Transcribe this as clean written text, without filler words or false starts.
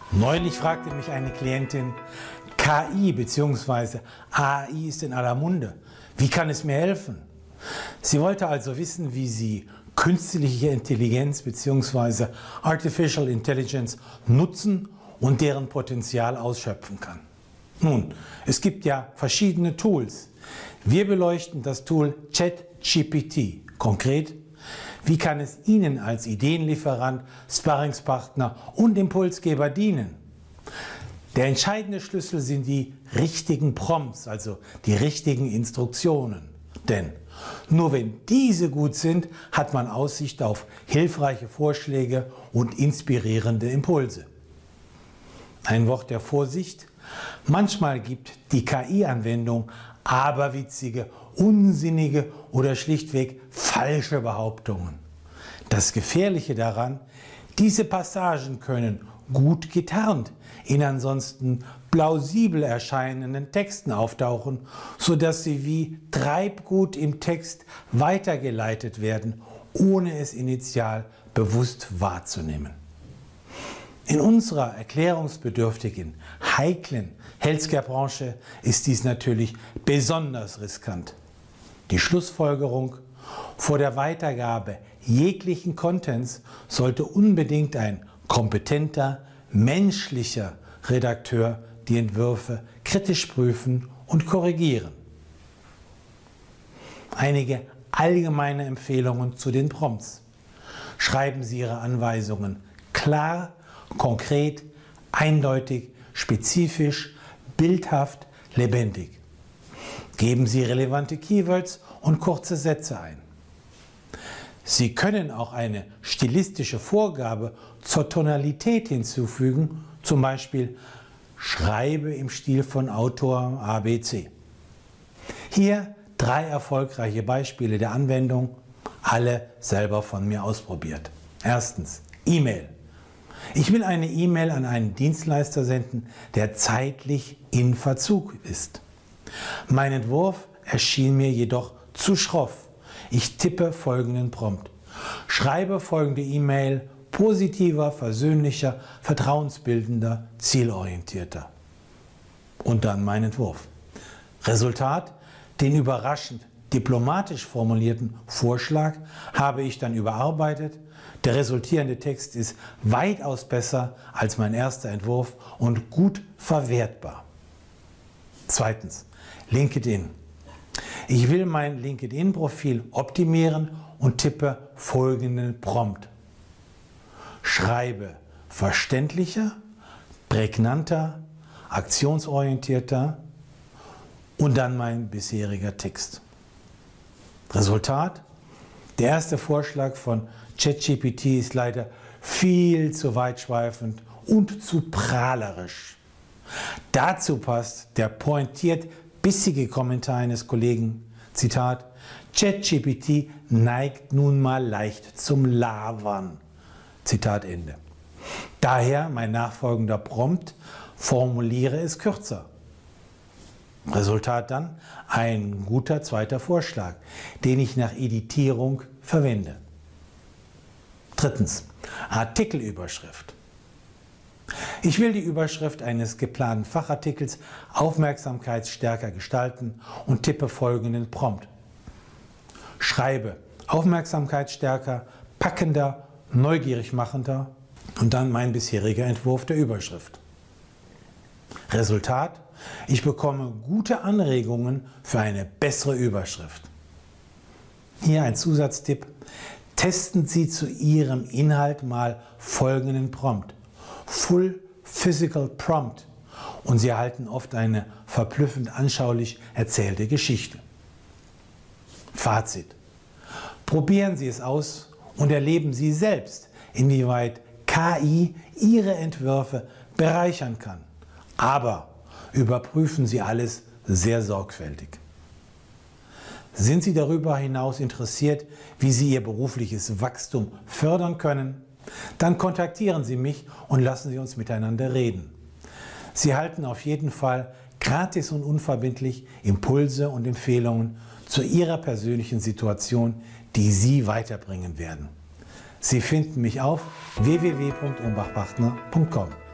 Neulich fragte mich eine Klientin, KI bzw. AI ist in aller Munde. Wie kann es mir helfen? Sie wollte also wissen, wie sie künstliche Intelligenz bzw. Artificial Intelligence nutzen und deren Potenzial ausschöpfen kann. Nun, es gibt ja verschiedene Tools. Wir beleuchten das Tool ChatGPT. Konkret, wie kann es Ihnen als Ideenlieferant, Sparringspartner und Impulsgeber dienen? Der entscheidende Schlüssel sind die richtigen Prompts, also die richtigen Instruktionen. Denn nur wenn diese gut sind, hat man Aussicht auf hilfreiche Vorschläge und inspirierende Impulse. Ein Wort der Vorsicht: Manchmal gibt die KI-Anwendung aberwitzige, unsinnige oder schlichtweg falsche Behauptungen. Das Gefährliche daran: diese Passagen können gut getarnt in ansonsten plausibel erscheinenden Texten auftauchen, sodass sie wie Treibgut im Text weitergeleitet werden, ohne es initial bewusst wahrzunehmen. In unserer erklärungsbedürftigen, heiklen Healthcare-Branche ist dies natürlich besonders riskant. Die Schlussfolgerung: vor der Weitergabe jeglichen Contents sollte unbedingt ein kompetenter, menschlicher Redakteur die Entwürfe kritisch prüfen und korrigieren. Einige allgemeine Empfehlungen zu den Prompts. Schreiben Sie Ihre Anweisungen klar, konkret, eindeutig, spezifisch, bildhaft, lebendig. Geben Sie relevante Keywords und kurze Sätze ein. Sie können auch eine stilistische Vorgabe zur Tonalität hinzufügen, zum Beispiel schreibe im Stil von Autor ABC. Hier 3 erfolgreiche Beispiele der Anwendung, alle selber von mir ausprobiert. Erstens, E-Mail. Ich will eine E-Mail an einen Dienstleister senden, der zeitlich in Verzug ist. Mein Entwurf erschien mir jedoch zu schroff. Ich tippe folgenden Prompt: Schreibe folgende E-Mail positiver, versöhnlicher, vertrauensbildender, zielorientierter. Und dann mein Entwurf. Resultat: den überraschend diplomatisch formulierten Vorschlag habe ich dann überarbeitet. Der resultierende Text ist weitaus besser als mein erster Entwurf und gut verwertbar. Zweitens, LinkedIn. Ich will mein LinkedIn-Profil optimieren und tippe folgenden Prompt: Schreibe verständlicher, prägnanter, aktionsorientierter und dann mein bisheriger Text. Resultat: der erste Vorschlag von ChatGPT ist leider viel zu weitschweifend und zu prahlerisch. Dazu passt der pointiert bissige Kommentar eines Kollegen, Zitat: ChatGPT neigt nun mal leicht zum Labern. Zitat Ende. Daher mein nachfolgender Prompt: formuliere es kürzer. Resultat dann: ein guter zweiter Vorschlag, den ich nach Editierung verwende. Drittens, Artikelüberschrift. Ich will die Überschrift eines geplanten Fachartikels aufmerksamkeitsstärker gestalten und tippe folgenden Prompt: Schreibe aufmerksamkeitsstärker, packender, neugierig machender und dann mein bisheriger Entwurf der Überschrift. Resultat: ich bekomme gute Anregungen für eine bessere Überschrift. Hier ein Zusatztipp: Testen Sie zu Ihrem Inhalt mal folgenden Prompt: Full Physical Prompt, und Sie erhalten oft eine verblüffend anschaulich erzählte Geschichte. Fazit: Probieren Sie es aus und erleben Sie selbst, inwieweit KI Ihre Entwürfe bereichern kann. Aber überprüfen Sie alles sehr sorgfältig. Sind Sie darüber hinaus interessiert, wie Sie Ihr berufliches Wachstum fördern können? Dann kontaktieren Sie mich und lassen Sie uns miteinander reden. Sie erhalten auf jeden Fall gratis und unverbindlich Impulse und Empfehlungen zu Ihrer persönlichen Situation, die Sie weiterbringen werden. Sie finden mich auf www.umbachpartner.com.